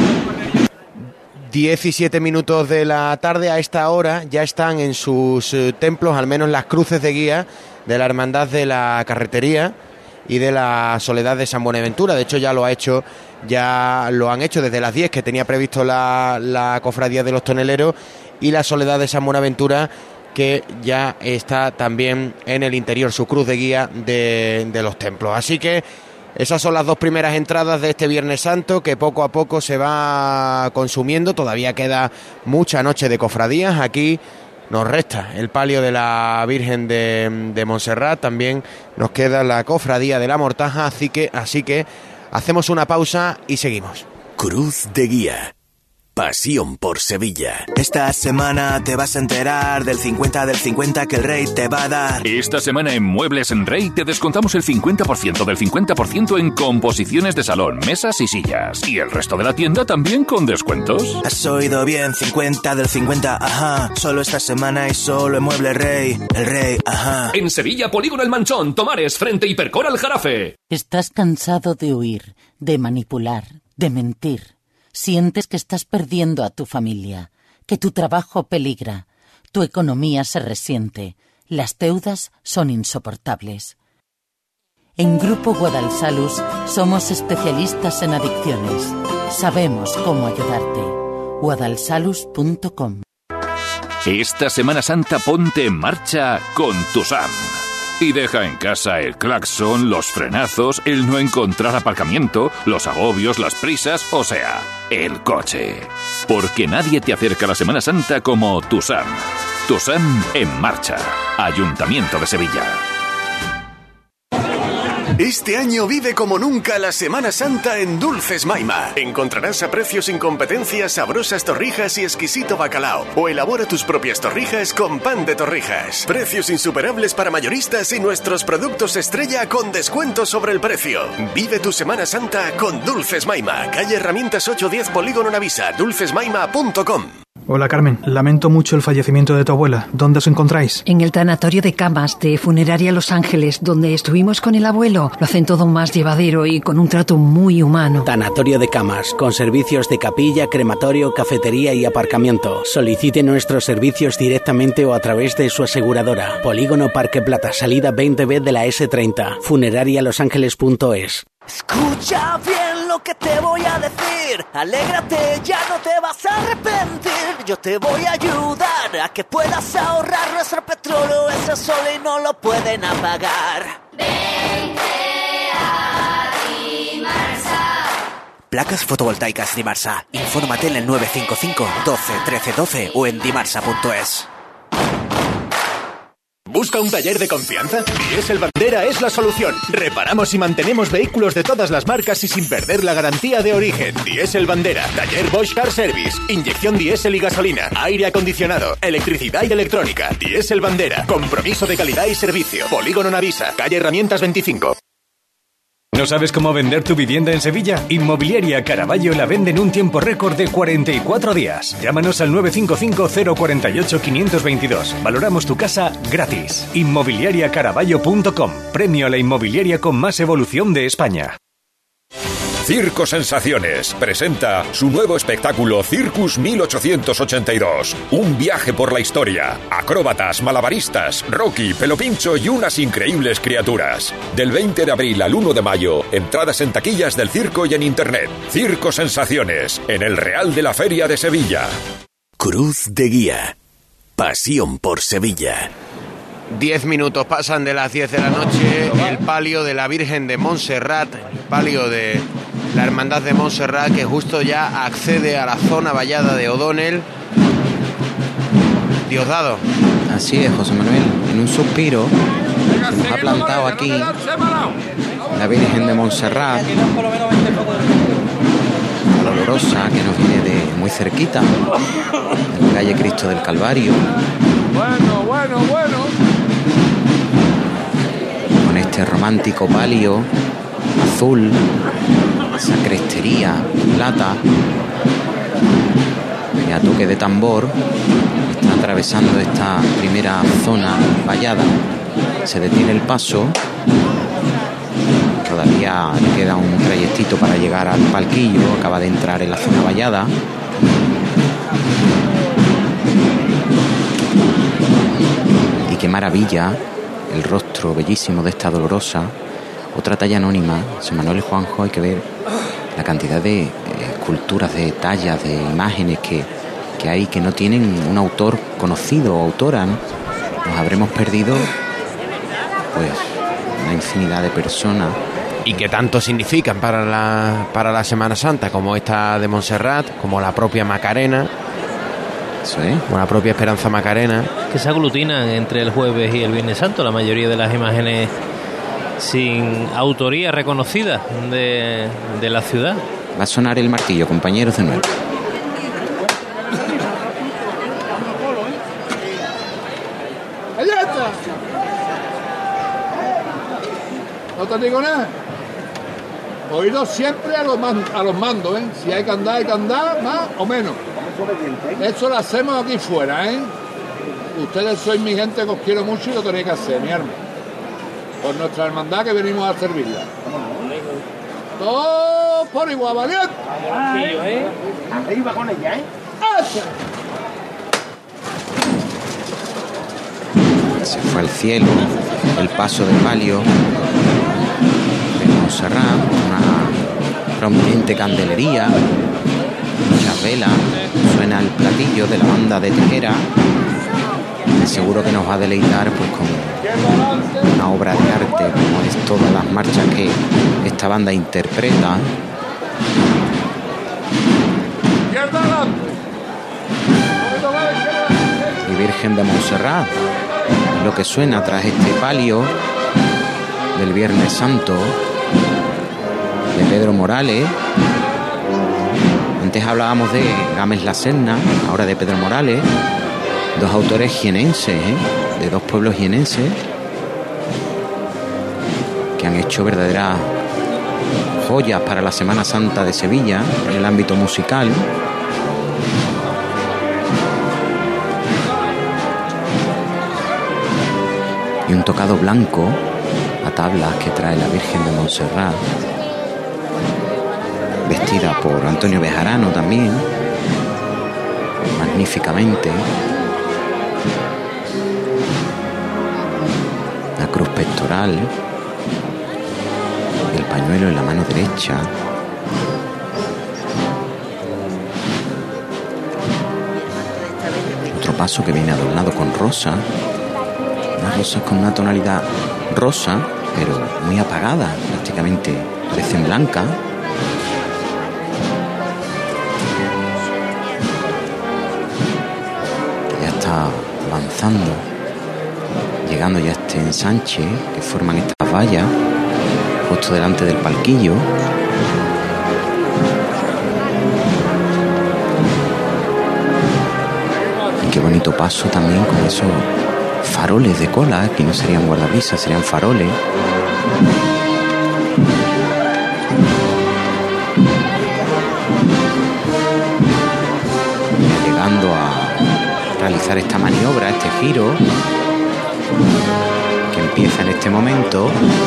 diecisiete minutos de la tarde. A esta hora ya están en sus eh, templos, al menos las cruces de guía de la Hermandad de la Carretería y de la Soledad de San Buenaventura. De hecho, ya lo ha hecho, ya lo han hecho desde las diez, que tenía previsto la, la cofradía de los toneleros, y la Soledad de San Buenaventura, que ya está también en el interior, su cruz de guía de, de los templos. Así que esas son las dos primeras entradas de este Viernes Santo, que poco a poco se va consumiendo. Todavía queda mucha noche de cofradías. Aquí nos resta el palio de la Virgen de, de Montserrat, también nos queda la cofradía de la Mortaja, así que, así que hacemos una pausa y seguimos. Cruz de Guía. Pasión por Sevilla. Esta semana te vas a enterar del cincuenta del cincuenta que el Rey te va a dar. Esta semana en Muebles en Rey te descontamos el cincuenta por ciento del cincuenta por ciento en composiciones de salón, mesas y sillas. Y el resto de la tienda también con descuentos. Has oído bien, cincuenta del cincuenta, ajá. Solo esta semana y solo en Muebles Rey. El Rey, ajá. En Sevilla, Polígono El Manchón, Tomares, frente Hipercor al Jarafe. ¿Estás cansado de huir, de manipular, de mentir? Sientes que estás perdiendo a tu familia, que tu trabajo peligra, tu economía se resiente, las deudas son insoportables. En Grupo Guadalsalus somos especialistas en adicciones. Sabemos cómo ayudarte. guadalsalus punto com. Esta Semana Santa ponte en marcha con Tusam. Y deja en casa el claxon, los frenazos, el no encontrar aparcamiento, los agobios, las prisas, o sea, el coche. Porque nadie te acerca a la Semana Santa como Tusam. Tusam en marcha. Ayuntamiento de Sevilla. Este año vive como nunca la Semana Santa en Dulces Maima. Encontrarás a precios sin competencia sabrosas torrijas y exquisito bacalao. O elabora tus propias torrijas con pan de torrijas. Precios insuperables para mayoristas y nuestros productos estrella con descuentos sobre el precio. Vive tu Semana Santa con Dulces Maima. Calle Herramientas ocho diez, Polígono Navisa. dulces maima punto com. Hola Carmen, lamento mucho el fallecimiento de tu abuela. ¿Dónde os encontráis? En el tanatorio de camas de Funeraria Los Ángeles, donde estuvimos con el abuelo. Lo hacen todo más llevadero y con un trato muy humano. Tanatorio de camas, con servicios de capilla, crematorio, cafetería y aparcamiento. Solicite nuestros servicios directamente o a través de su aseguradora. Polígono Parque Plata, salida veinte B de la ese treinta. funeraria los ángeles punto es. Escucha bien lo que te voy a decir. Alégrate, ya no te vas a arrepentir. Yo te voy a ayudar a que puedas ahorrar. Nuestro petróleo es el sol y no lo pueden apagar. Vente a Dimarsa. Placas fotovoltaicas Dimarsa. Infórmate en el nueve cinco cinco, doce, trece, doce o en dimarsa punto es. ¿Busca un taller de confianza? Diesel Bandera es la solución. Reparamos y mantenemos vehículos de todas las marcas y sin perder la garantía de origen. Diesel Bandera, taller Bosch Car Service, inyección diésel y gasolina, aire acondicionado, electricidad y electrónica. Diesel Bandera, compromiso de calidad y servicio. Polígono Navisa, calle Herramientas veinticinco. ¿No sabes cómo vender tu vivienda en Sevilla? Inmobiliaria Caraballo la vende en un tiempo récord de cuarenta y cuatro días. Llámanos al nueve cinco cinco, cero cuatro ocho, cinco dos dos. Valoramos tu casa gratis. inmobiliaria caraballo punto com. Premio a la inmobiliaria con más evolución de España. Circo Sensaciones presenta su nuevo espectáculo Circus mil ochocientos ochenta y dos. Un viaje por la historia. Acróbatas, malabaristas, Rocky, Pelopincho y unas increíbles criaturas. Del veinte de abril al uno de mayo, entradas en taquillas del circo y en internet. Circo Sensaciones, en el Real de la Feria de Sevilla. Cruz de Guía. Pasión por Sevilla. Diez minutos pasan de las diez de la noche. El palio de la Virgen de Montserrat, el palio de la Hermandad de Montserrat, que justo ya accede a la zona vallada de O'Donnell. Diosdado. Así es, José Manuel. En un suspiro se nos ha plantado aquí la Virgen de Montserrat, la Dolorosa, que nos viene de muy cerquita, en la calle Cristo del Calvario. Bueno, bueno, bueno. Con este romántico palio azul, esa crestería plata, y a toque de tambor está atravesando esta primera zona vallada. Se detiene el paso. Todavía le queda un trayectito para llegar al palquillo. Acaba de entrar en la zona vallada. Y qué maravilla el rostro bellísimo de esta Dolorosa. Otra talla anónima, José Manuel y Juanjo. Hay que ver la cantidad de esculturas, de tallas, de imágenes que, que hay, que no tienen un autor conocido o autora, ¿no? Nos habremos perdido pues una infinidad de personas. Y que tanto significan para la, para la Semana Santa, como esta de Montserrat, como la propia Macarena. Eso es. Como la propia Esperanza Macarena. Que se aglutinan entre el jueves y el Viernes Santo, la mayoría de las imágenes sin autoría reconocida de, de la ciudad. Va a sonar el martillo, compañeros, de nuevo. ¡Allá está! No te digo nada. Oído siempre a los, man, a los mandos, ¿eh? Si hay que andar, hay que andar, más o menos. Eso lo hacemos aquí fuera, ¿eh? Ustedes sois mi gente que os quiero mucho y lo tenéis que hacer, mi hermano. Por nuestra hermandad que venimos a servirla. Todos por igual, valiente. ¿eh? Arriba con ella, ¿eh? Se fue al cielo el paso de palio de Montserrat, una prominente candelería, muchas velas. Suena el platillo de la banda de Tejera. Seguro que nos va a deleitar pues con una obra de arte, como es todas las marchas que esta banda interpreta. Y Virgen de Montserrat, lo que suena tras este palio del Viernes Santo de Pedro Morales. Antes hablábamos de Gámez La Serna, ahora de Pedro Morales. Dos autores jienenses, ¿eh? De dos pueblos jienenses que han hecho verdaderas joyas para la Semana Santa de Sevilla en el ámbito musical. Y un tocado blanco a tablas que trae la Virgen de Montserrat, vestida por Antonio Bejarano también, magníficamente. La cruz pectoral, el pañuelo en la mano derecha. Otro paso que viene adornado con rosa. Unas rosas con una tonalidad rosa, pero muy apagada, prácticamente parecen blancas. Ya está avanzando, llegando ya a este ensanche que forman estas vallas, justo delante del palquillo. Y qué bonito paso también con esos faroles de cola, que no serían guardabrisas, serían faroles. Llegando a realizar esta maniobra, este giro, que empieza en este momento.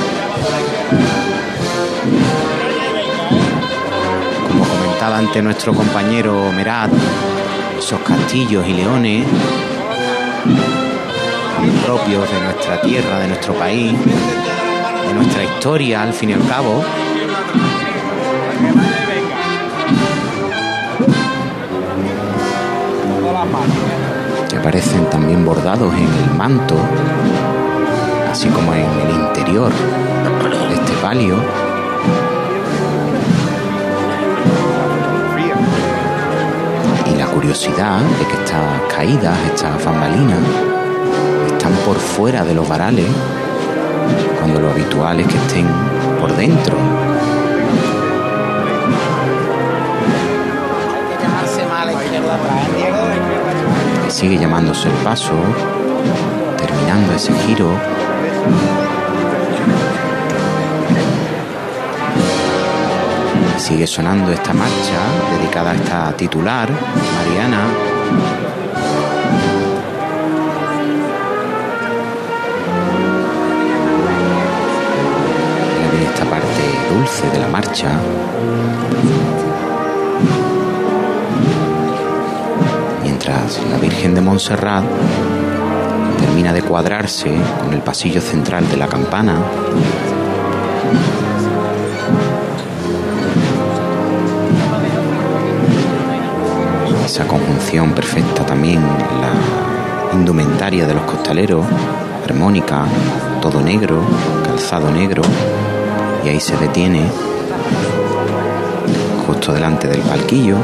Como comentaba ante nuestro compañero Merat, esos castillos y leones propios de nuestra tierra, de nuestro país, de nuestra historia, al fin y al cabo. Que aparecen también bordados en el manto, así como en el interior de este palio. Y la curiosidad de que estas caídas, estas bambalinas, están por fuera de los varales, cuando lo habitual es que estén por dentro. Sigue llamándose el paso, terminando ese giro. Sigue sonando esta marcha dedicada a esta titular, Mariana. Esta parte dulce de la marcha. Mientras la Virgen de Montserrat termina de cuadrarse con el pasillo central de la campana. Esa conjunción perfecta también, la indumentaria de los costaleros, armónica, todo negro, calzado negro. Y ahí se detiene justo delante del palquillo.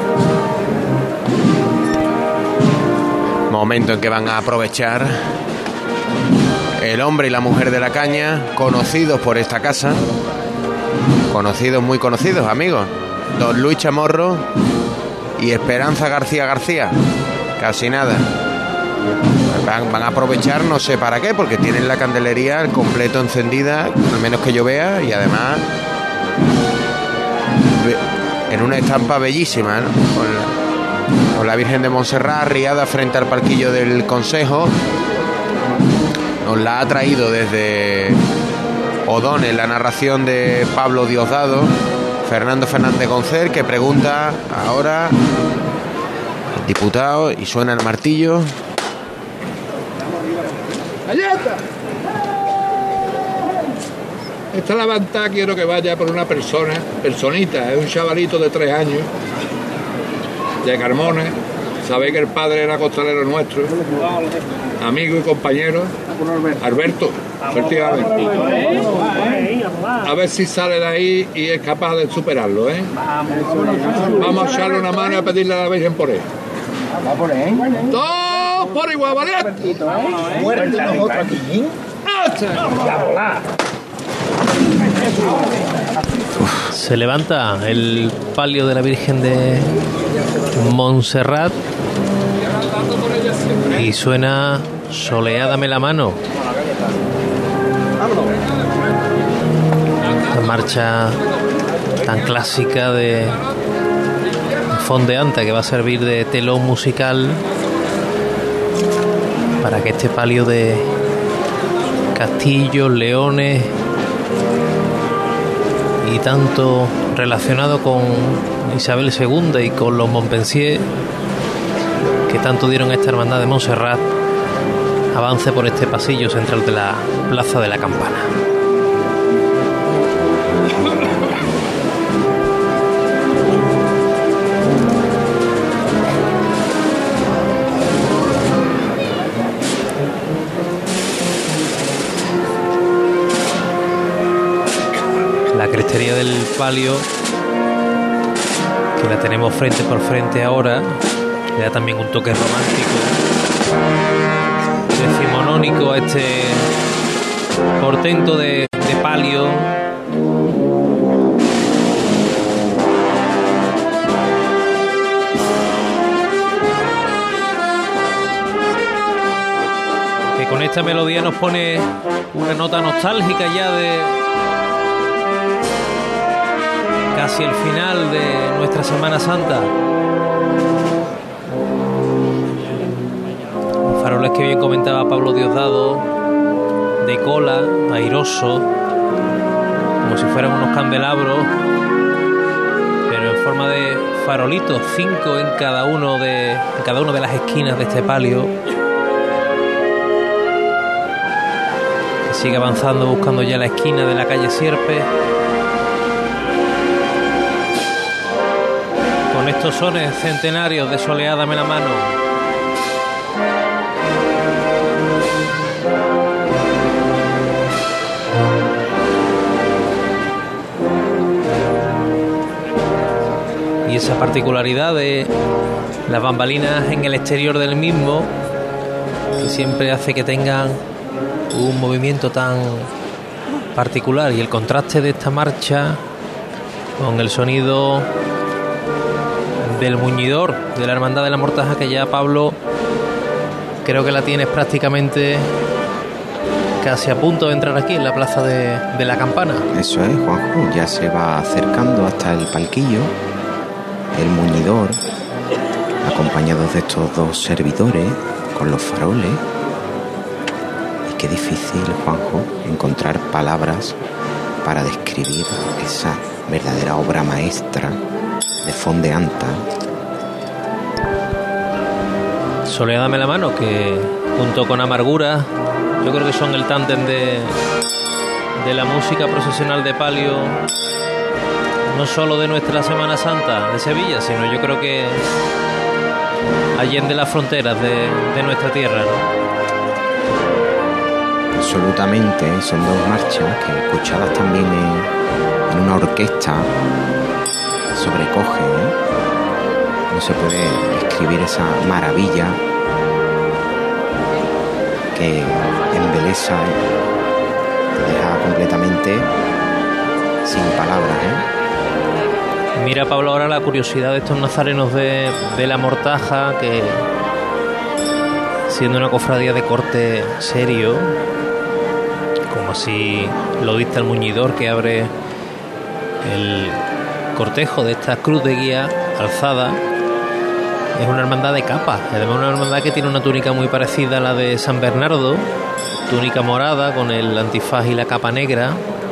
Momento en que van a aprovechar el hombre y la mujer de la caña, conocidos por esta casa, conocidos, muy conocidos, amigos, don Luis Chamorro y Esperanza García García. Casi nada. Van, van a aprovechar, no sé para qué, porque tienen la candelería al completo encendida, al menos que yo vea, y además en una estampa bellísima, ¿no? Con la, con la Virgen de Montserrat arriada frente al palquillo del Consejo. Nos la ha traído desde O'Donnell la narración de Pablo Diosdado, Fernando Fernández Goncer, que pregunta ahora el diputado, y suena el martillo. ¡Galleta! Esta levantada quiero que vaya por una persona, personita, es un chavalito de tres años, de Carmona. Sabéis que el padre era costalero nuestro, amigo y compañero, Alberto, efectivamente. A ver si sale de ahí y es capaz de superarlo, ¿eh? Vamos a echarle una mano y a pedirle a la Virgen por él. ¡Todos por igual, ¿vale? Se levanta el palio de la Virgen de Montserrat y suena Soleádame la mano. La marcha tan clásica de fondeante que va a servir de telón musical para que este palio de castillos, leones y tanto relacionado con Isabel segunda y con los Montpensier, que tanto dieron a esta hermandad de Montserrat, avance por este pasillo central de la Plaza de la Campana. la crestería del palio, que la tenemos frente por frente ahora, le da también un toque romántico, decimonónico a este portento de, de palio. Que con esta melodía nos pone una nota nostálgica ya de casi el final de nuestra Semana Santa. Faroles que bien comentaba Pablo Diosdado, de cola, airoso, como si fueran unos candelabros, pero en forma de farolitos, cinco en cada uno de, en cada una de las esquinas de este palio, que sigue avanzando buscando ya la esquina de la calle Sierpe. Con estos sones centenarios de Soleá, dame la mano. Y esa particularidad de las bambalinas en el exterior del mismo, que siempre hace que tengan un movimiento tan particular, y el contraste de esta marcha con el sonido del muñidor de la Hermandad de la Mortaja, que ya, Pablo, creo que la tienes prácticamente casi a punto de entrar aquí en la plaza de, de la Campana. Eso es, Juanjo, ya se va acercando hasta el palquillo el muñidor, acompañados de estos dos servidores con los faroles. Y qué difícil, Juanjo, encontrar palabras para describir esa verdadera obra maestra de fondeanta. Soleá, dame la mano, que junto con Amargura yo creo que son el tándem de, de la música procesional de palio, no solo de nuestra Semana Santa de Sevilla, sino yo creo que allende las fronteras de, de nuestra tierra, ¿no? Absolutamente, son dos marchas que, escuchadas también en, en una orquesta, sobrecoge, ¿eh? No se puede escribir esa maravilla que embelesa, ¿eh? Te deja completamente sin palabras, ¿eh? Mira, Pablo, ahora la curiosidad de estos nazarenos de, de la Mortaja, que siendo una cofradía de corte serio, como así lo dicta el muñidor que abre el cortejo de esta cruz de guía alzada, es una hermandad de capa, además una hermandad que tiene una túnica muy parecida a la de San Bernardo, túnica morada con el antifaz y la capa negra,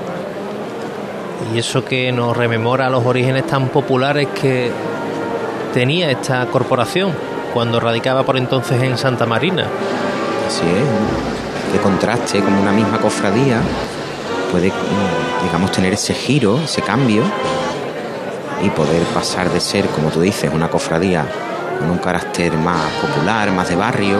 y eso que nos rememora los orígenes tan populares que tenía esta corporación cuando radicaba por entonces en Santa Marina. Así es, de contraste, como una misma cofradía puede, digamos, tener ese giro, ese cambio, y poder pasar de ser, como tú dices, una cofradía con un carácter más popular, más de barrio,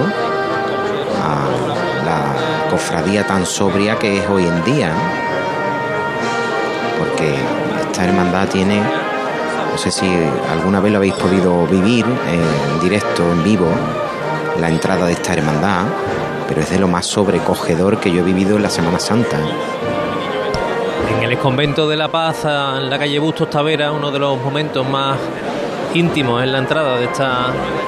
a la cofradía tan sobria que es hoy en día, ¿no? Porque esta hermandad tiene, no sé si alguna vez lo habéis podido vivir en directo, en vivo, la entrada de esta hermandad, pero es de lo más sobrecogedor que yo he vivido en la Semana Santa. En el exconvento de La Paz, en la calle Bustos Tavera, uno de los momentos más íntimos en la entrada de esta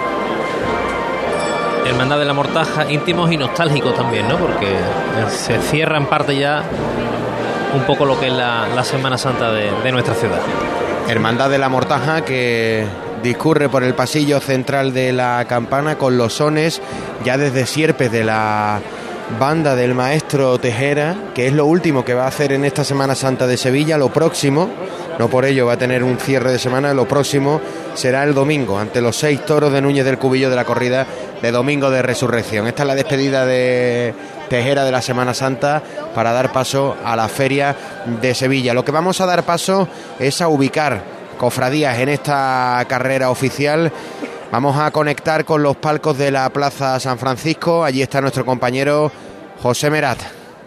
Hermandad de la Mortaja, íntimos y nostálgicos también, ¿no? Porque se cierra en parte ya un poco lo que es la, la Semana Santa de, de nuestra ciudad. Hermandad de la Mortaja que discurre por el pasillo central de la Campana con los sones ya desde Sierpes de la banda del maestro Tejera, que es lo último que va a hacer en esta Semana Santa de Sevilla. Lo próximo, no por ello va a tener un cierre de semana, lo próximo será el domingo ante los seis toros de Núñez del Cubillo de la corrida de Domingo de Resurrección. Esta es la despedida de Tejera de la Semana Santa para dar paso a la Feria de Sevilla. Lo que vamos a dar paso es a ubicar cofradías en esta carrera oficial. Vamos a conectar con los palcos de la Plaza San Francisco. Allí está nuestro compañero José Merat.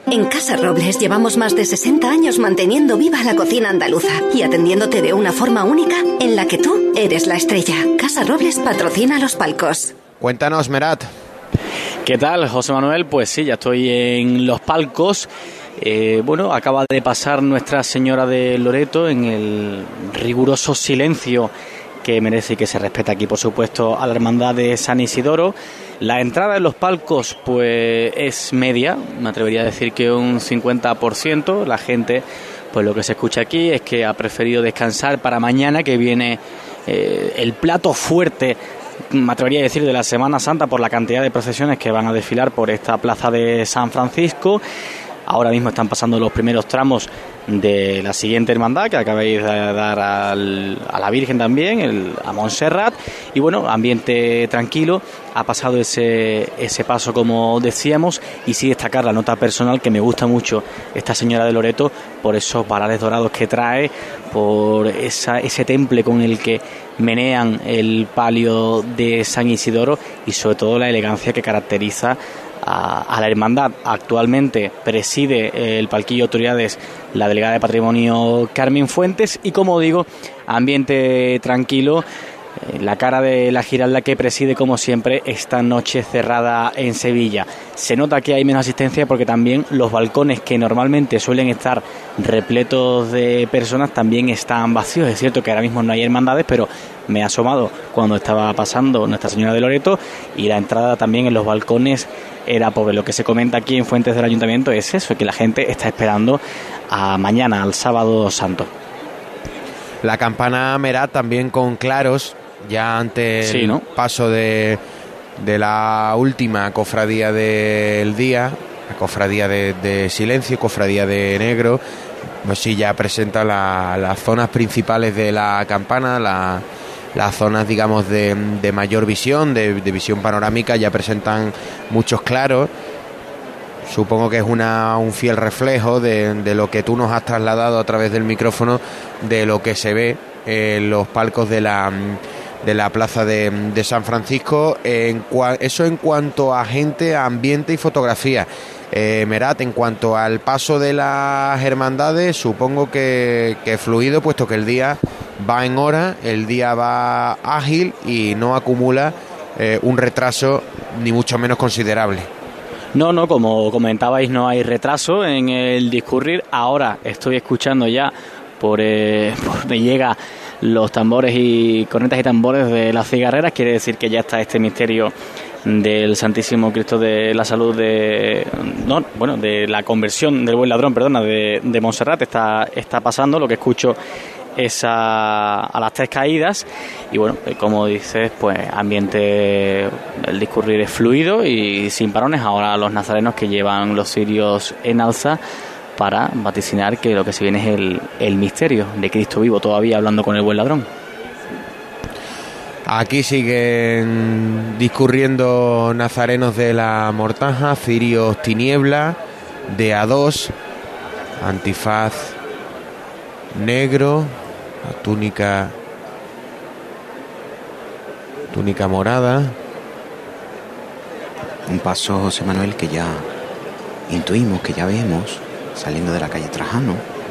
En Casa Robles llevamos más de sesenta años manteniendo viva la cocina andaluza y atendiéndote de una forma única en la que tú eres la estrella. Casa Robles patrocina los palcos. Cuéntanos, Merat. ¿Qué tal, José Manuel? Pues sí, ya estoy en los palcos. Eh, bueno, acaba de pasar Nuestra Señora de Loreto en el riguroso silencio que merece y que se respeta aquí, por supuesto, a la Hermandad de San Isidoro. La entrada en los palcos pues es media, me atrevería a decir que un cincuenta por ciento. La gente, pues lo que se escucha aquí es que ha preferido descansar para mañana, que viene eh, el plato fuerte, me atrevería a decir, de la Semana Santa, por la cantidad de procesiones que van a desfilar por esta plaza de San Francisco. Ahora mismo están pasando los primeros tramos de la siguiente hermandad que acabáis de dar al, a la Virgen también, el, a Montserrat. Y bueno, ambiente tranquilo. Ha pasado ese, ese paso, como decíamos, y sí destacar la nota personal que me gusta mucho esta Señora de Loreto por esos varales dorados que trae, por esa, ese temple con el que menean el palio de San Isidoro y sobre todo la elegancia que caracteriza a, a la hermandad. Actualmente preside el palquillo de autoridades la delegada de Patrimonio Carmen Fuentes y, como digo, ambiente tranquilo. La cara de la Giralda, que preside como siempre esta noche cerrada en Sevilla. Se nota que hay menos asistencia porque también los balcones, que normalmente suelen estar repletos de personas, también están vacíos. Es cierto que ahora mismo no hay hermandades, pero me he asomado cuando estaba pasando Nuestra Señora de Loreto y la entrada también en los balcones era pobre. Lo que se comenta aquí en fuentes del Ayuntamiento es eso, que la gente está esperando a mañana, al Sábado Santo. La campana Merat también con claros, ya ante el sí, ¿no? paso de, de la última cofradía del día, la cofradía de, de silencio, cofradía de negro, pues sí, ya presenta la, las zonas principales de la campana, la, las zonas, digamos, de, de mayor visión, de, de visión panorámica, ya presentan muchos claros. Supongo que es una, un fiel reflejo de, de lo que tú nos has trasladado a través del micrófono, de lo que se ve en los palcos de la de la plaza de, de San Francisco. En cua, eso en cuanto a gente, ambiente y fotografía. Eh, Merat, en cuanto al paso de las hermandades, supongo que, que fluido, puesto que el día va en hora, el día va ágil y no acumula eh, un retraso ni mucho menos considerable. No, no, como comentabais, no hay retraso en el discurrir. Ahora estoy escuchando ya, por, eh, por me llega los tambores y cornetas y tambores de las cigarreras. Quiere decir que ya está este misterio del Santísimo Cristo de la Salud de no, bueno, de la conversión del Buen Ladrón, perdona, de, de Montserrat. Está, está pasando, lo que escucho es a, a las tres caídas y bueno, como dices, pues ambiente, el discurrir es fluido y sin parones. Ahora los nazarenos que llevan los cirios en alza para vaticinar que lo que se viene es el, el misterio de Cristo vivo, todavía hablando con el Buen Ladrón. Aquí siguen discurriendo nazarenos de la Mortaja, cirios tiniebla, de A dos, antifaz negro, la túnica túnica morada. Un paso, José Manuel, que ya intuimos, que ya vemos saliendo de la calle Trajano,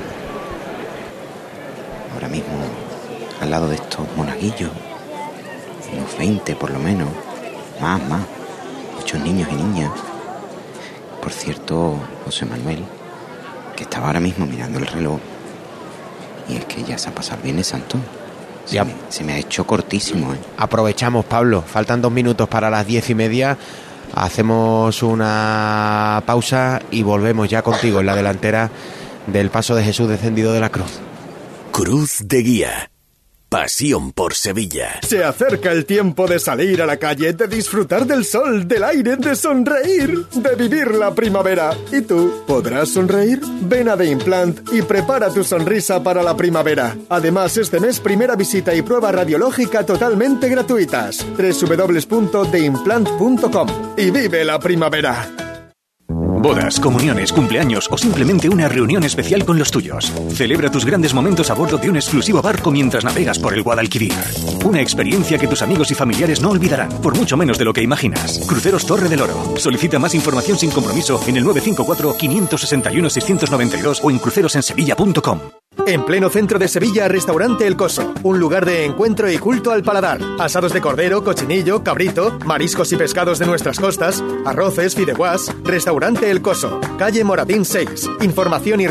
ahora mismo al lado de estos monaguillos, unos veinte por lo menos, más, más, muchos niños y niñas. Por cierto, José Manuel, que estaba ahora mismo mirando el reloj, y es que ya se ha pasado el Viernes Santo. Se, me, se me ha hecho cortísimo, ¿eh? Aprovechamos, Pablo, faltan dos minutos para las diez y media. Hacemos una pausa y volvemos ya contigo en la delantera del paso de Jesús descendido de la cruz. Cruz de Guía. Pasión por Sevilla. Se acerca el tiempo de salir a la calle, de disfrutar del sol, del aire, de sonreír, de vivir la primavera. ¿Y tú? ¿Podrás sonreír? Ven a The Implant y prepara tu sonrisa para la primavera. Además, este mes, primera visita y prueba radiológica totalmente gratuitas. doble u doble u doble u punto the implant punto com y vive la primavera. Bodas, comuniones, cumpleaños o simplemente una reunión especial con los tuyos. Celebra tus grandes momentos a bordo de un exclusivo barco mientras navegas por el Guadalquivir. Una experiencia que tus amigos y familiares no olvidarán, por mucho menos de lo que imaginas. Cruceros Torre del Oro. Solicita más información sin compromiso en el nueve cinco cuatro, cinco seis uno, seis nueve dos o en crucerosensevilla punto com. En pleno centro de Sevilla, Restaurante El Coso, un lugar de encuentro y culto al paladar. Asados de cordero, cochinillo, cabrito, mariscos y pescados de nuestras costas, arroces, fideuás. Restaurante El Coso, calle Moratín seis. Información y